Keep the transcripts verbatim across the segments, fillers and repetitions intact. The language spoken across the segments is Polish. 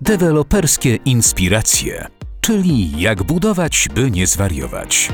Deweloperskie inspiracje, czyli jak budować, by nie zwariować.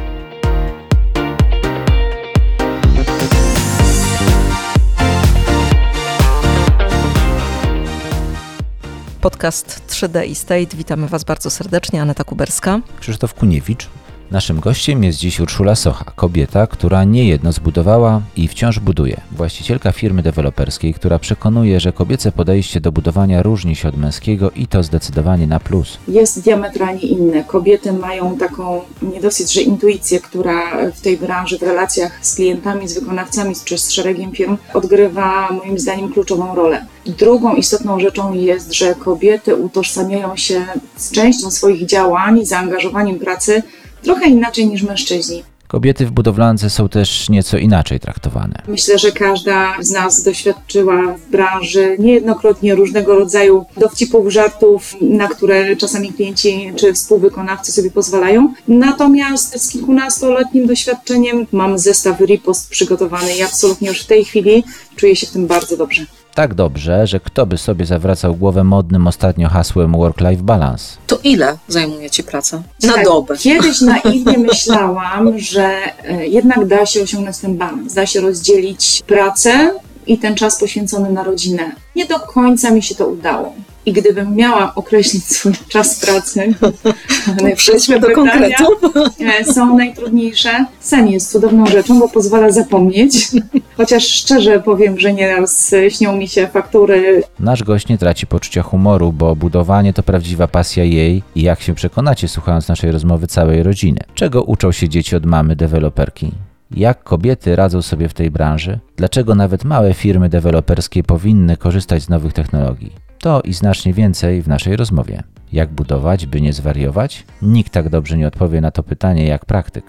Podcast trzy D Estate. Witamy Was bardzo serdecznie. Aneta Kuberska. Krzysztof Kuniewicz. Naszym gościem jest dziś Urszula Socha, kobieta, która niejedno zbudowała i wciąż buduje. Właścicielka firmy deweloperskiej, która przekonuje, że kobiece podejście do budowania różni się od męskiego i to zdecydowanie na plus. Jest diametralnie inne. Kobiety mają taką nie dosyć, że intuicję, która w tej branży, w relacjach z klientami, z wykonawcami, czy z szeregiem firm odgrywa moim zdaniem kluczową rolę. Drugą istotną rzeczą jest, że kobiety utożsamiają się z częścią swoich działań, zaangażowaniem pracy trochę inaczej niż mężczyźni. Kobiety w budowlance są też nieco inaczej traktowane. Myślę, że każda z nas doświadczyła w branży niejednokrotnie różnego rodzaju dowcipów, żartów, na które czasami klienci czy współwykonawcy sobie pozwalają. Natomiast z kilkunastoletnim doświadczeniem mam zestaw ripost przygotowany i absolutnie już w tej chwili czuję się w tym bardzo dobrze. Tak dobrze, że kto by sobie zawracał głowę modnym ostatnio hasłem work-life balance. To ile zajmuje Ci praca? Na tak, dobę. Kiedyś naiwnie myślałam, że jednak da się osiągnąć ten balans, da się rozdzielić pracę i ten czas poświęcony na rodzinę. Nie do końca mi się to udało. I gdybym miała określić swój czas pracy, przejdźmy do konkretu. Są najtrudniejsze. Sen jest cudowną rzeczą, bo pozwala zapomnieć. Chociaż szczerze powiem, że nieraz śnią mi się faktury. Nasz gość nie traci poczucia humoru, bo budowanie to prawdziwa pasja jej i jak się przekonacie, słuchając naszej rozmowy, całej rodziny. Czego uczą się dzieci od mamy deweloperki? Jak kobiety radzą sobie w tej branży? Dlaczego nawet małe firmy deweloperskie powinny korzystać z nowych technologii? To i znacznie więcej w naszej rozmowie. Jak budować, by nie zwariować? Nikt tak dobrze nie odpowie na to pytanie jak praktyk.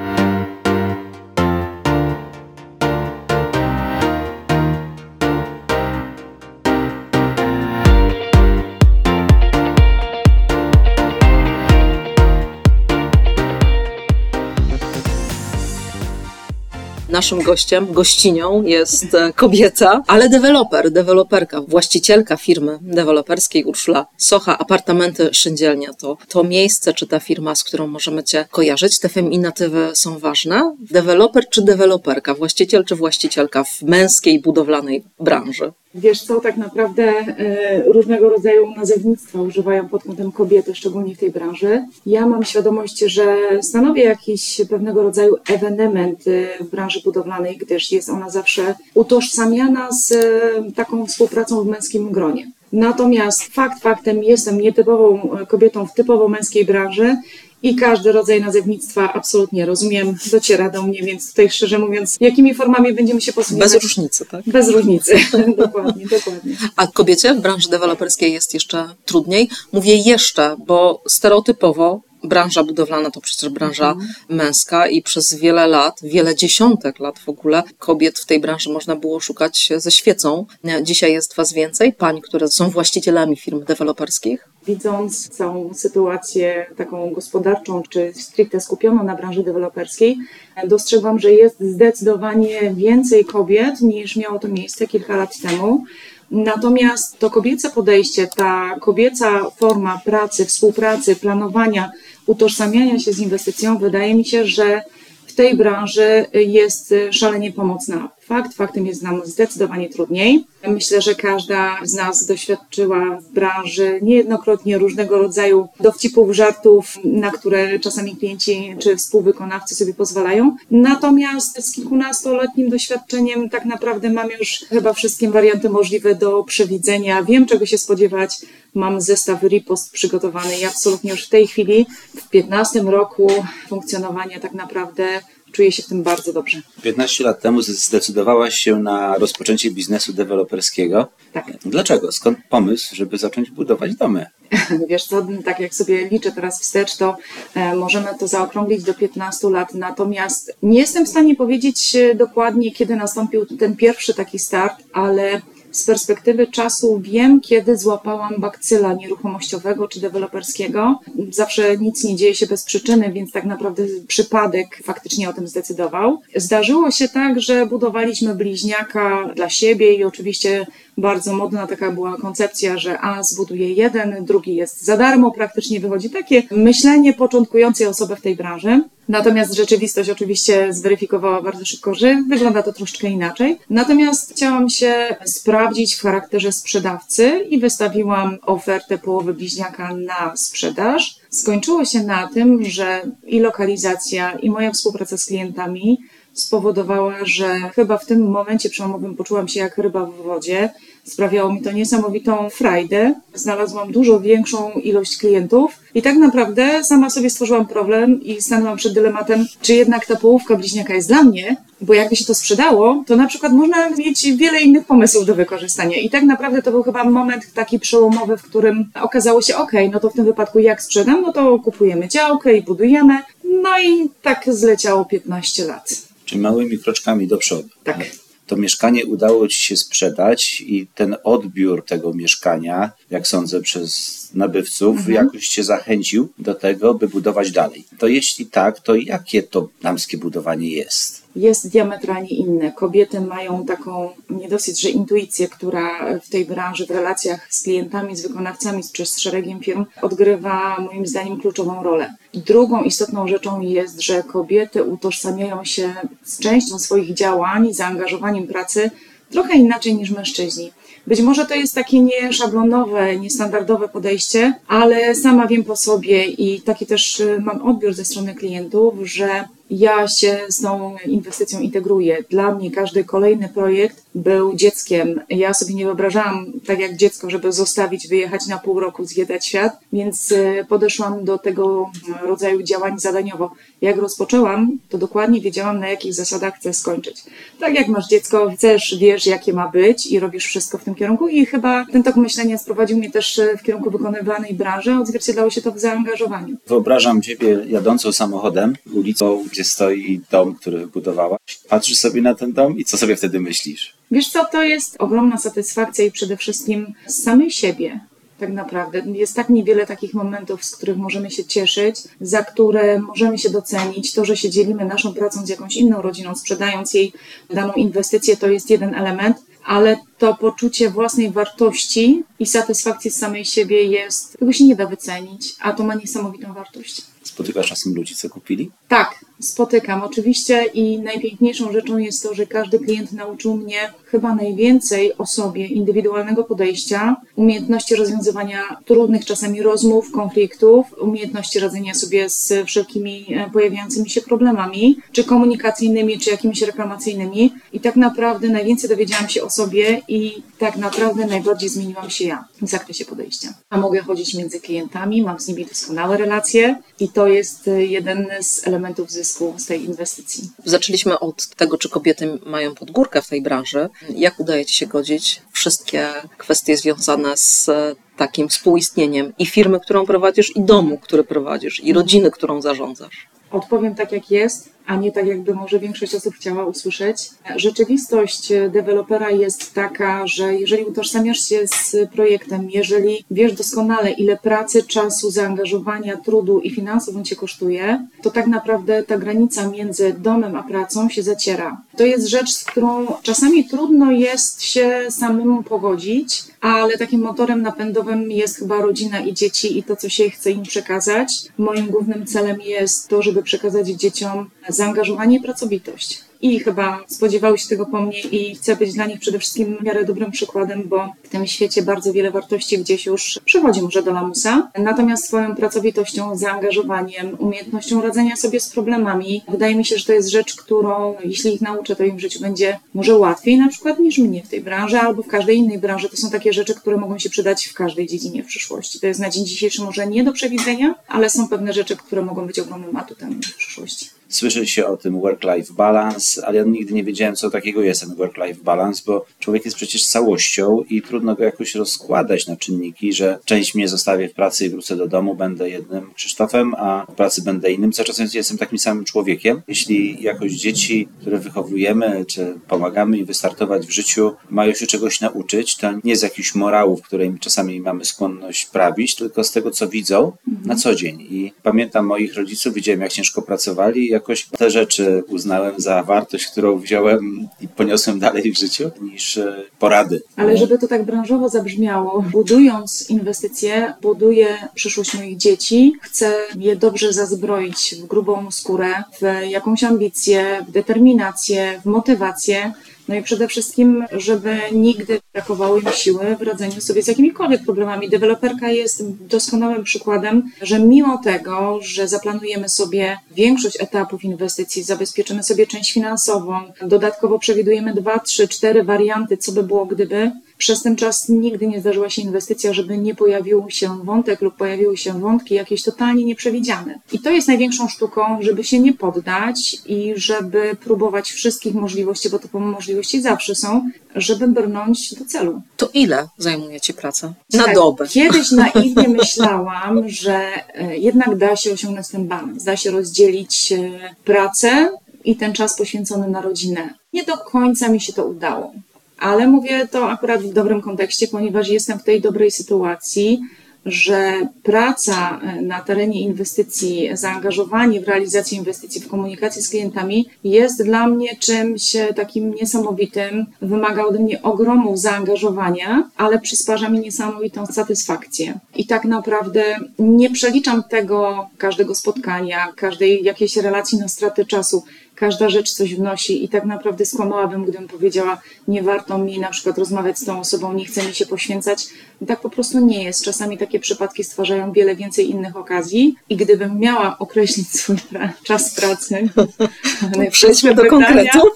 Naszym gościem, gościnią jest kobieta, ale deweloper, deweloperka, właścicielka firmy deweloperskiej Urszula Socha, Apartamenty Szyndzielnia. To, to miejsce, czy ta firma, z którą możemy Cię kojarzyć. Te feminatywy są ważne. Deweloper czy deweloperka, właściciel czy właścicielka w męskiej budowlanej branży? Wiesz co, tak naprawdę e, różnego rodzaju nazewnictwa używają pod kątem kobiety, szczególnie w tej branży. Ja mam świadomość, że stanowię jakiś pewnego rodzaju ewenement w branży budowlanej, gdyż jest ona zawsze utożsamiana z e, taką współpracą w męskim gronie. Natomiast fakt faktem jestem nietypową kobietą w typowo męskiej branży i każdy rodzaj nazewnictwa absolutnie rozumiem, dociera do mnie, więc tutaj szczerze mówiąc, jakimi formami będziemy się posługiwać? Bez różnicy, tak? Bez różnicy, dokładnie, dokładnie. A kobiecie w branży deweloperskiej jest jeszcze trudniej? Mówię jeszcze, bo stereotypowo branża budowlana to przecież branża mhm. męska i przez wiele lat, wiele dziesiątek lat w ogóle kobiet w tej branży można było szukać ze świecą. Dzisiaj jest Was więcej, pań, które są właścicielami firm deweloperskich. Widząc całą sytuację taką gospodarczą, czy stricte skupioną na branży deweloperskiej, dostrzegłam, że jest zdecydowanie więcej kobiet niż miało to miejsce kilka lat temu. Natomiast to kobiece podejście, ta kobieca forma pracy, współpracy, planowania, utożsamiania się z inwestycją, wydaje mi się, że w tej branży jest szalenie pomocna. Fakt faktem jest nam zdecydowanie trudniej. Myślę, że każda z nas doświadczyła w branży niejednokrotnie różnego rodzaju dowcipów, żartów, na które czasami klienci czy współwykonawcy sobie pozwalają. Natomiast z kilkunastoletnim doświadczeniem tak naprawdę mam już chyba wszystkie warianty możliwe do przewidzenia. Wiem, czego się spodziewać. Mam zestaw ripost przygotowany i absolutnie już w tej chwili, w piętnastym roku funkcjonowania tak naprawdę czuję się w tym bardzo dobrze. piętnaście lat temu zdecydowałaś się na rozpoczęcie biznesu deweloperskiego. Tak. Dlaczego? Skąd pomysł, żeby zacząć budować domy? Wiesz co, tak jak sobie liczę teraz wstecz, to e, możemy to zaokrąglić do piętnastu lat, natomiast nie jestem w stanie powiedzieć dokładnie, kiedy nastąpił ten pierwszy taki start, ale z perspektywy czasu wiem, kiedy złapałam bakcyla nieruchomościowego czy deweloperskiego. Zawsze nic nie dzieje się bez przyczyny, więc tak naprawdę przypadek faktycznie o tym zdecydował. Zdarzyło się tak, że budowaliśmy bliźniaka dla siebie i oczywiście Bardzo modna taka była koncepcja, że a zbuduje jeden, drugi jest za darmo, praktycznie wychodzi takie myślenie początkującej osoby w tej branży. Natomiast rzeczywistość oczywiście zweryfikowała bardzo szybko, że wygląda to troszeczkę inaczej. Natomiast chciałam się sprawdzić w charakterze sprzedawcy i wystawiłam ofertę połowy bliźniaka na sprzedaż. Skończyło się na tym, że i lokalizacja, i moja współpraca z klientami spowodowała, że chyba w tym momencie przełomowym poczułam się jak ryba w wodzie. Sprawiało mi to niesamowitą frajdę. Znalazłam dużo większą ilość klientów i tak naprawdę sama sobie stworzyłam problem i stanęłam przed dylematem, czy jednak ta połówka bliźniaka jest dla mnie, bo jakby się to sprzedało, to na przykład można mieć wiele innych pomysłów do wykorzystania. I tak naprawdę to był chyba moment taki przełomowy, w którym okazało się, ok, no to w tym wypadku jak sprzedam, no to kupujemy działkę i budujemy. No i tak zleciało piętnaście lat. Czyli małymi kroczkami do przodu. Tak. To mieszkanie udało Ci się sprzedać i ten odbiór tego mieszkania, jak sądzę, przez nabywców mhm. jakoś Cię zachęcił do tego, by budować dalej. To jeśli tak, to jakie to damskie budowanie jest? Jest diametralnie inne. Kobiety mają taką nie dosyć, że intuicję, która w tej branży, w relacjach z klientami, z wykonawcami, czy z szeregiem firm odgrywa moim zdaniem kluczową rolę. Drugą istotną rzeczą jest, że kobiety utożsamiają się z częścią swoich działań, zaangażowaniem pracy trochę inaczej niż mężczyźni. Być może to jest takie nieszablonowe, niestandardowe podejście, ale sama wiem po sobie i taki też mam odbiór ze strony klientów, że ja się z tą inwestycją integruję. Dla mnie każdy kolejny projekt był dzieckiem. Ja sobie nie wyobrażałam, tak jak dziecko, żeby zostawić, wyjechać na pół roku, zwiedzać świat, więc podeszłam do tego rodzaju działań zadaniowo. Jak rozpoczęłam, to dokładnie wiedziałam, na jakich zasadach chcę skończyć. Tak jak masz dziecko, chcesz, wiesz, jakie ma być i robisz wszystko w tym kierunku i chyba ten tok myślenia sprowadził mnie też w kierunku wykonywanej branży, a odzwierciedlało się to w zaangażowaniu. Wyobrażam Ciebie jadącą samochodem ulicą, gdzie stoi dom, który wybudowałaś. Patrzysz sobie na ten dom i co sobie wtedy myślisz? Wiesz co, to jest ogromna satysfakcja i przede wszystkim z samej siebie. Tak naprawdę. Jest tak niewiele takich momentów, z których możemy się cieszyć, za które możemy się docenić. To, że się dzielimy naszą pracą z jakąś inną rodziną, sprzedając jej daną inwestycję, to jest jeden element, ale to poczucie własnej wartości i satysfakcji z samej siebie jest, tego się nie da wycenić, a to ma niesamowitą wartość. Spotykasz czasem ludzi, co kupili? Tak, spotykam oczywiście i najpiękniejszą rzeczą jest to, że każdy klient nauczył mnie chyba najwięcej o sobie, indywidualnego podejścia, umiejętności rozwiązywania trudnych czasami rozmów, konfliktów, umiejętności radzenia sobie z wszelkimi pojawiającymi się problemami, czy komunikacyjnymi, czy jakimiś reklamacyjnymi i tak naprawdę najwięcej dowiedziałam się o sobie i tak naprawdę najbardziej zmieniłam się ja w zakresie podejścia. A mogę chodzić między klientami, mam z nimi doskonałe relacje i to jest jeden z elementów zysku z tej inwestycji. Zaczęliśmy od tego, czy kobiety mają podgórkę w tej branży. Jak udaje Ci się godzić wszystkie kwestie związane z takim współistnieniem i firmy, którą prowadzisz, i domu, który prowadzisz, i rodziny, którą zarządzasz? Odpowiem tak, jak jest, a nie tak, jakby może większość osób chciała usłyszeć. Rzeczywistość dewelopera jest taka, że jeżeli utożsamiasz się z projektem, jeżeli wiesz doskonale, ile pracy, czasu, zaangażowania, trudu i finansów on Cię kosztuje, to tak naprawdę ta granica między domem a pracą się zaciera. To jest rzecz, z którą czasami trudno jest się samemu pogodzić, ale takim motorem napędowym jest chyba rodzina i dzieci i to, co się chce im przekazać. Moim głównym celem jest to, żeby przekazać dzieciom zaangażowanie i pracowitość. I chyba spodziewały się tego po mnie i chcę być dla nich przede wszystkim w miarę dobrym przykładem, bo w tym świecie bardzo wiele wartości gdzieś już przychodzi może do lamusa. Natomiast swoją pracowitością, zaangażowaniem, umiejętnością radzenia sobie z problemami, wydaje mi się, że to jest rzecz, którą jeśli ich nauczę, to im w życiu będzie może łatwiej na przykład niż mnie w tej branży albo w każdej innej branży. To są takie rzeczy, które mogą się przydać w każdej dziedzinie w przyszłości. To jest na dzień dzisiejszy może nie do przewidzenia, ale są pewne rzeczy, które mogą być ogromnym atutem w przyszłości. Słyszy się o tym work-life balance, ale ja nigdy nie wiedziałem, co takiego jest ten work-life balance, bo człowiek jest przecież całością i trudno go jakoś rozkładać na czynniki, że część mnie zostawię w pracy i wrócę do domu, będę jednym Krzysztofem, a w pracy będę innym. Cały czas jestem takim samym człowiekiem. Jeśli jakoś dzieci, które wychowujemy, czy pomagamy im wystartować w życiu, mają się czegoś nauczyć, to nie z jakichś morałów, które im czasami mamy skłonność prawić, tylko z tego, co widzą na co dzień. I pamiętam moich rodziców, widziałem, jak ciężko pracowali, jakoś te rzeczy uznałem za wartość, którą wziąłem i poniosłem dalej w życiu, niż porady. Ale żeby to tak branżowo zabrzmiało, budując inwestycje, buduję przyszłość moich dzieci, chcę je dobrze zazbroić w grubą skórę, w jakąś ambicję, w determinację, w motywację. No i przede wszystkim, żeby nigdy brakowało im siły w radzeniu sobie z jakimikolwiek problemami. Deweloperka jest doskonałym przykładem, że mimo tego, że zaplanujemy sobie większość etapów inwestycji, zabezpieczymy sobie część finansową, dodatkowo przewidujemy dwa, trzy, cztery warianty, co by było gdyby, przez ten czas nigdy nie zdarzyła się inwestycja, żeby nie pojawił się wątek lub pojawiły się wątki jakieś totalnie nieprzewidziane. I to jest największą sztuką, żeby się nie poddać i żeby próbować wszystkich możliwości, bo to możliwości zawsze są, żeby brnąć do celu. To ile zajmuje Ci praca? Na tak, dobę. Kiedyś naiwnie myślałam, że jednak da się osiągnąć ten balans, da się rozdzielić pracę i ten czas poświęcony na rodzinę. Nie do końca mi się to udało. Ale mówię to akurat w dobrym kontekście, ponieważ jestem w tej dobrej sytuacji, że praca na terenie inwestycji, zaangażowanie w realizację inwestycji, w komunikacji z klientami jest dla mnie czymś takim niesamowitym, wymaga ode mnie ogromu zaangażowania, ale przysparza mi niesamowitą satysfakcję. I tak naprawdę nie przeliczam tego każdego spotkania, każdej jakiejś relacji na stratę czasu. Każda rzecz coś wnosi i tak naprawdę skłamałabym, gdybym powiedziała, nie warto mi na przykład rozmawiać z tą osobą, nie chce mi się poświęcać. I tak po prostu nie jest. Czasami takie przypadki stwarzają wiele więcej innych okazji i gdybym miała określić swój pra- czas pracy, przejdźmy do konkretów,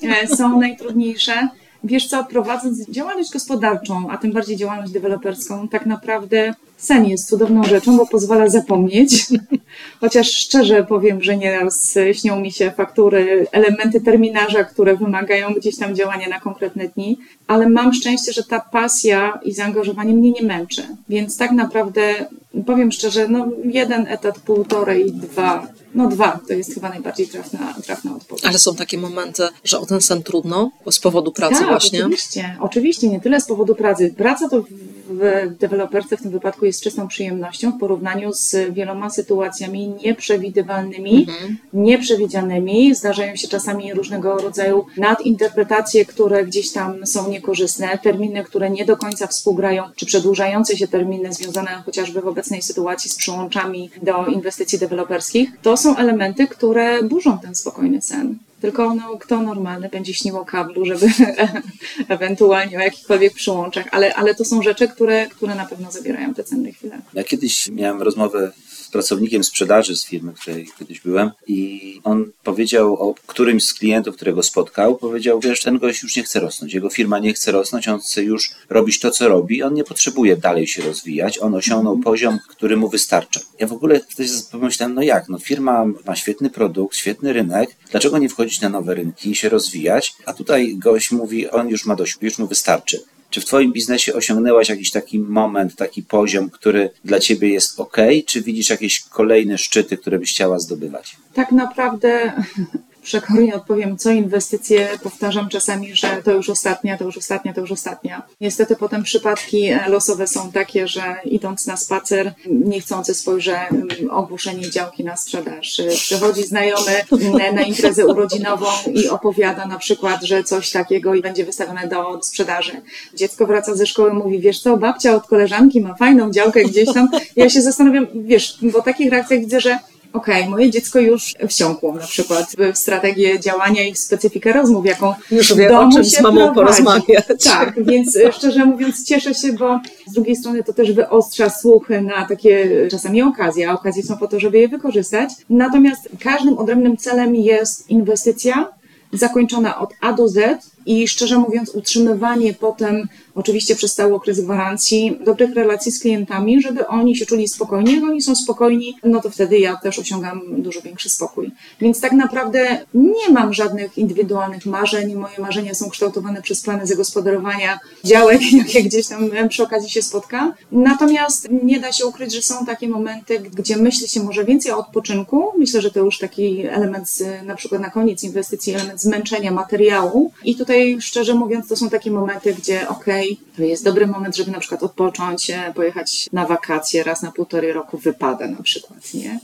są najtrudniejsze. Wiesz co, prowadząc działalność gospodarczą, a tym bardziej działalność deweloperską, tak naprawdę sen jest cudowną rzeczą, bo pozwala zapomnieć. Chociaż szczerze powiem, że nieraz śnią mi się faktury, elementy terminarza, które wymagają gdzieś tam działania na konkretne dni, ale mam szczęście, że ta pasja i zaangażowanie mnie nie męczy. Więc tak naprawdę, powiem szczerze, no jeden etat, półtorej, dwa, no dwa to jest chyba najbardziej trafna, trafna odpowiedź. Ale są takie momenty, że o ten sen trudno, bo z powodu pracy tak, właśnie. oczywiście, oczywiście, nie tyle z powodu pracy. Praca to w deweloperce w tym wypadku jest czystą przyjemnością w porównaniu z wieloma sytuacjami nieprzewidywalnymi, mhm. nieprzewidzianymi. Zdarzają się czasami różnego rodzaju nadinterpretacje, które gdzieś tam są niekorzystne, terminy, które nie do końca współgrają, czy przedłużające się terminy związane chociażby w obecnej sytuacji z przyłączami do inwestycji deweloperskich. To są elementy, które burzą ten spokojny sen. Tylko no, kto normalny będzie śnił o kablu, żeby ewentualnie o jakichkolwiek przyłączach, ale, ale to są rzeczy, które, które na pewno zabierają te cenne chwile. Ja kiedyś miałem rozmowę z pracownikiem sprzedaży z firmy, w której kiedyś byłem i on powiedział o którymś z klientów, którego spotkał, powiedział, wiesz, ten gość już nie chce rosnąć, jego firma nie chce rosnąć, on chce już robić to, co robi, on nie potrzebuje dalej się rozwijać, on osiągnął mm. poziom, który mu wystarcza. Ja w ogóle wtedy pomyślałem, no jak, no firma ma świetny produkt, świetny rynek, dlaczego nie wchodzić na nowe rynki i się rozwijać, a tutaj gość mówi, on już ma dość, już mu wystarczy. Czy w Twoim biznesie osiągnęłaś jakiś taki moment, taki poziom, który dla Ciebie jest ok? Czy widzisz jakieś kolejne szczyty, które byś chciała zdobywać? Tak naprawdę przekornie odpowiem, co inwestycje, powtarzam czasami, że to już ostatnia, to już ostatnia, to już ostatnia. Niestety potem przypadki losowe są takie, że idąc na spacer, niechcący spojrzę ogłoszenie działki na sprzedaż. Przychodzi znajomy na imprezę urodzinową i opowiada na przykład, że coś takiego i będzie wystawione do sprzedaży. Dziecko wraca ze szkoły, mówi, wiesz co, babcia od koleżanki ma fajną działkę gdzieś tam. Ja się zastanawiam, wiesz, bo w takich reakcjach widzę, że okej, okay, moje dziecko już wsiąkło na przykład w strategię działania i w specyfikę rozmów, jaką już wie, o czym z mamą porozmawiać. Tak, więc szczerze mówiąc cieszę się, bo z drugiej strony to też wyostrza słuch na takie czasami okazje, a okazje są po to, żeby je wykorzystać. Natomiast każdym odrębnym celem jest inwestycja zakończona od A do Z i szczerze mówiąc utrzymywanie potem, oczywiście przez cały okres gwarancji, dobrych relacji z klientami, żeby oni się czuli spokojni. Jak oni są spokojni, no to wtedy ja też osiągam dużo większy spokój. Więc tak naprawdę nie mam żadnych indywidualnych marzeń. Moje marzenia są kształtowane przez plany zagospodarowania działek, jakie gdzieś tam przy okazji się spotka. Natomiast nie da się ukryć, że są takie momenty, gdzie myśli się może więcej o odpoczynku. Myślę, że to już taki element z, na przykład na koniec inwestycji, element zmęczenia materiału. I tutaj szczerze mówiąc to są takie momenty, gdzie okej, okay, to jest dobry moment, żeby na przykład odpocząć, pojechać na wakacje raz na półtorej roku wypada na przykład, nie?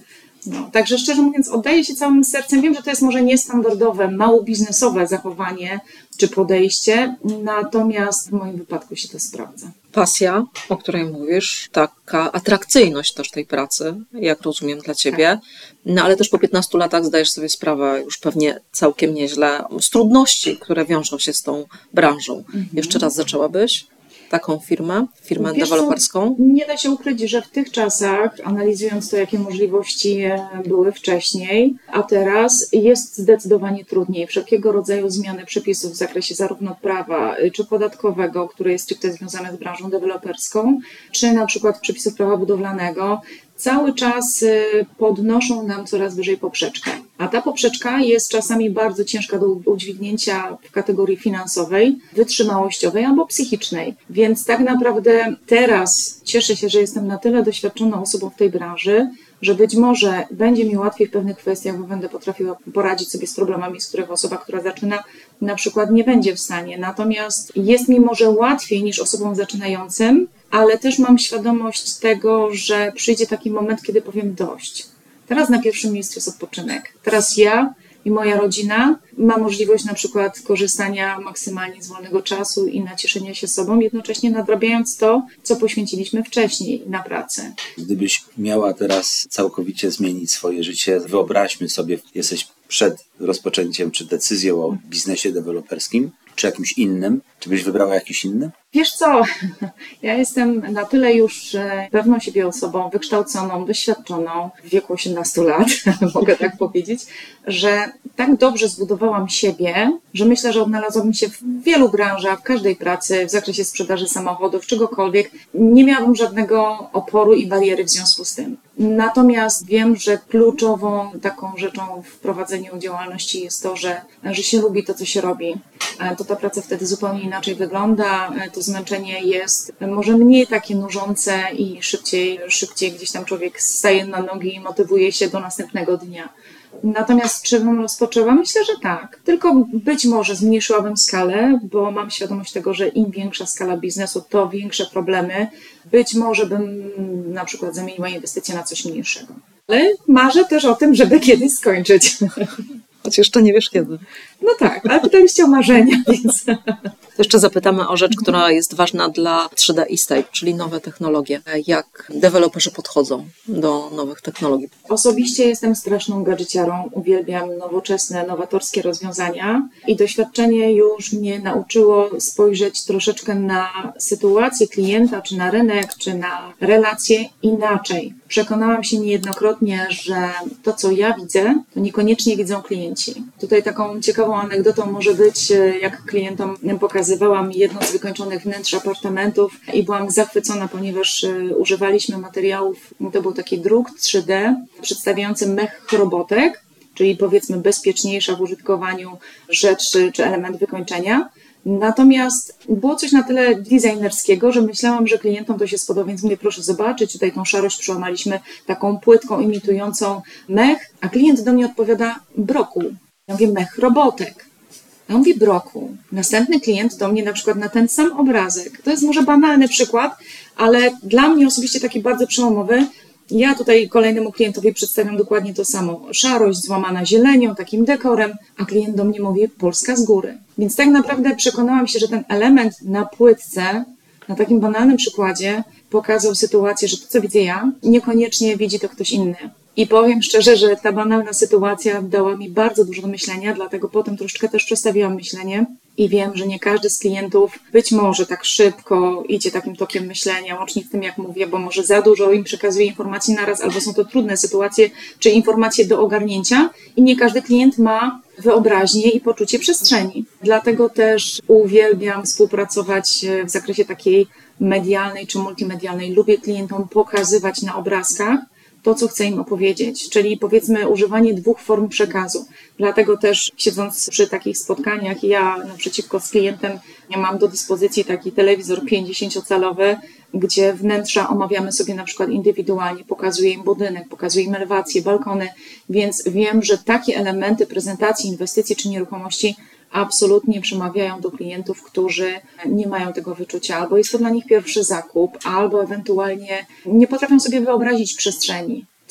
No, także szczerze mówiąc, oddaję się całym sercem. Wiem, że to jest może niestandardowe, mało biznesowe zachowanie czy podejście, natomiast w moim wypadku się to sprawdza. Pasja, o której mówisz, taka atrakcyjność też tej pracy, jak rozumiem dla Ciebie, no ale też po piętnastu latach zdajesz sobie sprawę już pewnie całkiem nieźle z trudności, które wiążą się z tą branżą. Mhm. Jeszcze raz zaczęłabyś taką firmę, firmę Wiesz deweloperską? Co, nie da się ukryć, że w tych czasach, analizując to, jakie możliwości były wcześniej, a teraz jest zdecydowanie trudniej. Wszelkiego rodzaju zmiany przepisów w zakresie zarówno prawa, czy podatkowego, które jest stricte związane z branżą deweloperską, czy na przykład przepisów prawa budowlanego, cały czas podnoszą nam coraz wyżej poprzeczkę. A ta poprzeczka jest czasami bardzo ciężka do udźwignięcia w kategorii finansowej, wytrzymałościowej albo psychicznej. Więc tak naprawdę teraz cieszę się, że jestem na tyle doświadczoną osobą w tej branży, że być może będzie mi łatwiej w pewnych kwestiach, bo będę potrafiła poradzić sobie z problemami, z których osoba, która zaczyna, na przykład nie będzie w stanie. Natomiast jest mi może łatwiej niż osobom zaczynającym, ale też mam świadomość tego, że przyjdzie taki moment, kiedy powiem dość. Teraz na pierwszym miejscu jest odpoczynek. Teraz ja i moja rodzina ma możliwość na przykład korzystania maksymalnie z wolnego czasu i nacieszenia się sobą, jednocześnie nadrabiając to, co poświęciliśmy wcześniej na pracę. Gdybyś miała teraz całkowicie zmienić swoje życie, wyobraźmy sobie, jesteś przed rozpoczęciem czy decyzją o biznesie deweloperskim, czy jakimś innym, czy byś wybrała jakiś inny? Wiesz co, ja jestem na tyle już pewną siebie osobą, wykształconą, doświadczoną w wieku osiemnastu lat, mogę tak powiedzieć, że tak dobrze zbudowałam siebie, że myślę, że odnalazłabym się w wielu branżach, w każdej pracy, w zakresie sprzedaży samochodów, czegokolwiek. Nie miałabym żadnego oporu i bariery w związku z tym. Natomiast wiem, że kluczową taką rzeczą w prowadzeniu działalności jest to, że, że się lubi to, co się robi. To ta praca wtedy zupełnie inaczej wygląda. To zmęczenie jest może mniej takie nużące i szybciej, szybciej gdzieś tam człowiek staje na nogi i motywuje się do następnego dnia. Natomiast czy bym rozpoczęła? Myślę, że tak. Tylko być może zmniejszyłabym skalę, bo mam świadomość tego, że im większa skala biznesu, to większe problemy. Być może bym na przykład zamieniła inwestycje na coś mniejszego. Ale marzę też o tym, żeby kiedyś skończyć. Choć jeszcze nie wiesz kiedy. No tak, ale pytaliście o marzenia, więc... To jeszcze zapytamy o rzecz, która jest ważna dla trzy D Estate, czyli nowe technologie. Jak deweloperzy podchodzą do nowych technologii? Osobiście jestem straszną gadżeciarą, uwielbiam nowoczesne, nowatorskie rozwiązania i doświadczenie już mnie nauczyło spojrzeć troszeczkę na sytuację klienta, czy na rynek, czy na relacje inaczej. Przekonałam się niejednokrotnie, że to, co ja widzę, to niekoniecznie widzą klienci. Tutaj taką ciekawą anegdotą może być, jak klientom pokazywałam jedno z wykończonych wnętrz apartamentów i byłam zachwycona, ponieważ używaliśmy materiałów, to był taki druk trzy D przedstawiający mech robotek, czyli powiedzmy bezpieczniejsza w użytkowaniu rzecz czy element wykończenia. Natomiast było coś na tyle designerskiego, że myślałam, że klientom to się spodoba, więc mówię, proszę zobaczyć, tutaj tą szarość przełamaliśmy taką płytką imitującą mech, a klient do mnie odpowiada brokuł. Ja mówię, mech robotek. Ja mówię, brokuł. Następny klient do mnie na przykład na ten sam obrazek. To jest może banalny przykład, ale dla mnie osobiście taki bardzo przełomowy. Ja tutaj kolejnemu klientowi przedstawiam dokładnie to samo. Szarość złamana zielenią, takim dekorem, a klient do mnie mówi Polska z góry. Więc tak naprawdę przekonałam się, że ten element na płytce, na takim banalnym przykładzie pokazał sytuację, że to, co widzę ja, niekoniecznie widzi to ktoś inny. I powiem szczerze, że ta banalna sytuacja dała mi bardzo dużo do myślenia, dlatego potem troszeczkę też przestawiłam myślenie i wiem, że nie każdy z klientów być może tak szybko idzie takim tokiem myślenia, łącznie z tym, jak mówię, bo może za dużo im przekazuje informacji naraz, albo są to trudne sytuacje, czy informacje do ogarnięcia i nie każdy klient ma wyobraźnię i poczucie przestrzeni. Dlatego też uwielbiam współpracować w zakresie takiej medialnej czy multimedialnej. Lubię klientom pokazywać na obrazkach to, co chcę im opowiedzieć, czyli powiedzmy używanie dwóch form przekazu. Dlatego też siedząc przy takich spotkaniach, ja naprzeciwko z klientem mam do dyspozycji taki telewizor pięćdziesięciocalowy, gdzie wnętrza omawiamy sobie na przykład indywidualnie, pokazuję im budynek, pokazuję im elewacje, balkony, więc wiem, że takie elementy prezentacji inwestycji czy nieruchomości absolutnie przemawiają do klientów, którzy nie mają tego wyczucia, albo jest to dla nich pierwszy zakup, albo ewentualnie nie potrafią sobie wyobrazić przestrzeni.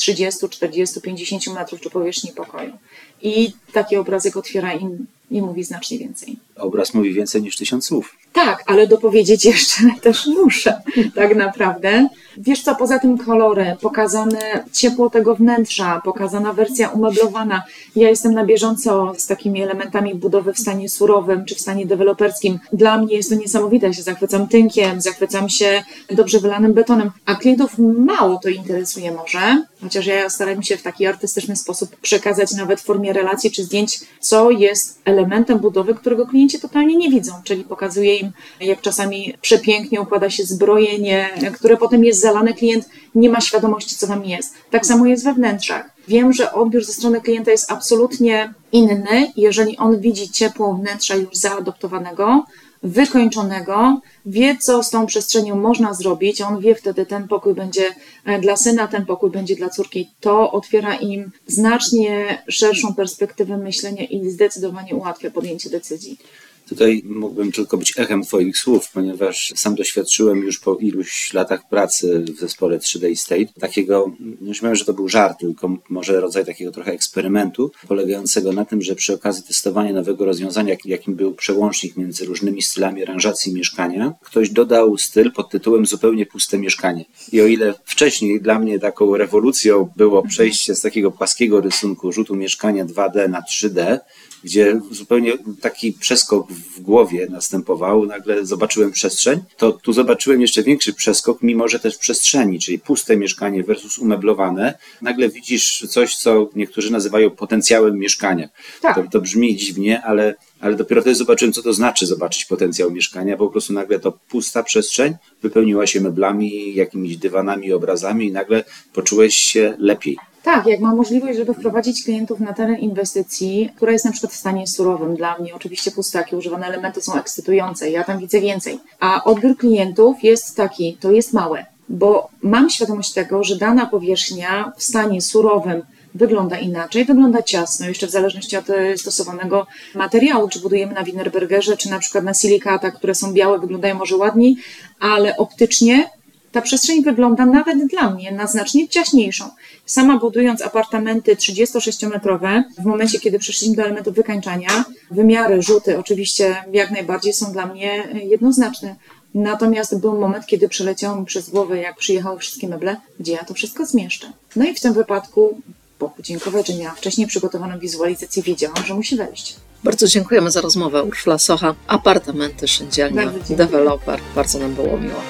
trzydzieści, czterdzieści, pięćdziesiąt metrów czy powierzchni pokoju. I taki obrazek otwiera im i mówi znacznie więcej. Obraz mówi więcej niż tysiąc słów. Tak, ale dopowiedzieć jeszcze też muszę, tak naprawdę. Wiesz co, poza tym kolory, pokazane ciepło tego wnętrza, pokazana wersja umeblowana. Ja jestem na bieżąco z takimi elementami budowy w stanie surowym czy w stanie deweloperskim. Dla mnie jest to niesamowite, ja się zachwycam tynkiem, zachwycam się dobrze wylanym betonem, a klientów mało to interesuje może, chociaż ja staram się w taki artystyczny sposób przekazać nawet w formie relacji czy zdjęć, co jest elementem budowy, którego klienci totalnie nie widzą, czyli pokazuje im, jak czasami przepięknie układa się zbrojenie, które potem jest zalane, klient nie ma świadomości, co tam jest. Tak samo jest we wnętrzach. Wiem, że odbiór ze strony klienta jest absolutnie inny, jeżeli on widzi ciepło wnętrza już zaadoptowanego, wykończonego, wie, co z tą przestrzenią można zrobić, on wie wtedy, ten pokój będzie dla syna, ten pokój będzie dla córki. To otwiera im znacznie szerszą perspektywę myślenia i zdecydowanie ułatwia podjęcie decyzji. Tutaj mógłbym tylko być echem Twoich słów, ponieważ sam doświadczyłem już po iluś latach pracy w zespole trzy D State takiego, już wiem, że to był żart, tylko może rodzaj takiego trochę eksperymentu, polegającego na tym, że przy okazji testowania nowego rozwiązania, jakim był przełącznik między różnymi stylami aranżacji mieszkania, ktoś dodał styl pod tytułem zupełnie puste mieszkanie. I o ile wcześniej dla mnie taką rewolucją było przejście z takiego płaskiego rysunku rzutu mieszkania dwa D na trzy D, gdzie zupełnie taki przeskok w głowie następował, nagle zobaczyłem przestrzeń, to tu zobaczyłem jeszcze większy przeskok, mimo że też w przestrzeni, czyli puste mieszkanie versus umeblowane. Nagle widzisz coś, co niektórzy nazywają potencjałem mieszkania. Tak. To, to brzmi dziwnie, ale, ale dopiero wtedy zobaczyłem, co to znaczy zobaczyć potencjał mieszkania, bo po prostu nagle to pusta przestrzeń wypełniła się meblami, jakimiś dywanami, obrazami i nagle poczułeś się lepiej. Tak, jak mam możliwość, żeby wprowadzić klientów na teren inwestycji, która jest na przykład w stanie surowym, dla mnie oczywiście pustaki, używane elementy są ekscytujące, ja tam widzę więcej, a odbiór klientów jest taki, to jest małe, bo mam świadomość tego, że dana powierzchnia w stanie surowym wygląda inaczej, wygląda ciasno, jeszcze w zależności od stosowanego materiału, czy budujemy na Wienerbergerze, czy na przykład na silikatach, które są białe, wyglądają może ładniej, ale optycznie ta przestrzeń wygląda nawet dla mnie na znacznie ciaśniejszą. Sama budując apartamenty trzydziestosześciometrowe, w momencie, kiedy przeszliśmy do elementów wykańczania, wymiary, rzuty oczywiście jak najbardziej są dla mnie jednoznaczne. Natomiast był moment, kiedy przeleciało mi przez głowę, jak przyjechały wszystkie meble, gdzie ja to wszystko zmieszczę. No i w tym wypadku, po podziękować, że miałam wcześniej przygotowaną wizualizację, wiedziałam, że musi wejść. Bardzo dziękujemy za rozmowę. Urszula Socha, Apartamenty Szyndzielnia, deweloper. Bardzo nam było miło.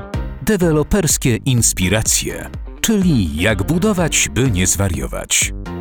Deweloperskie inspiracje, czyli jak budować, by nie zwariować.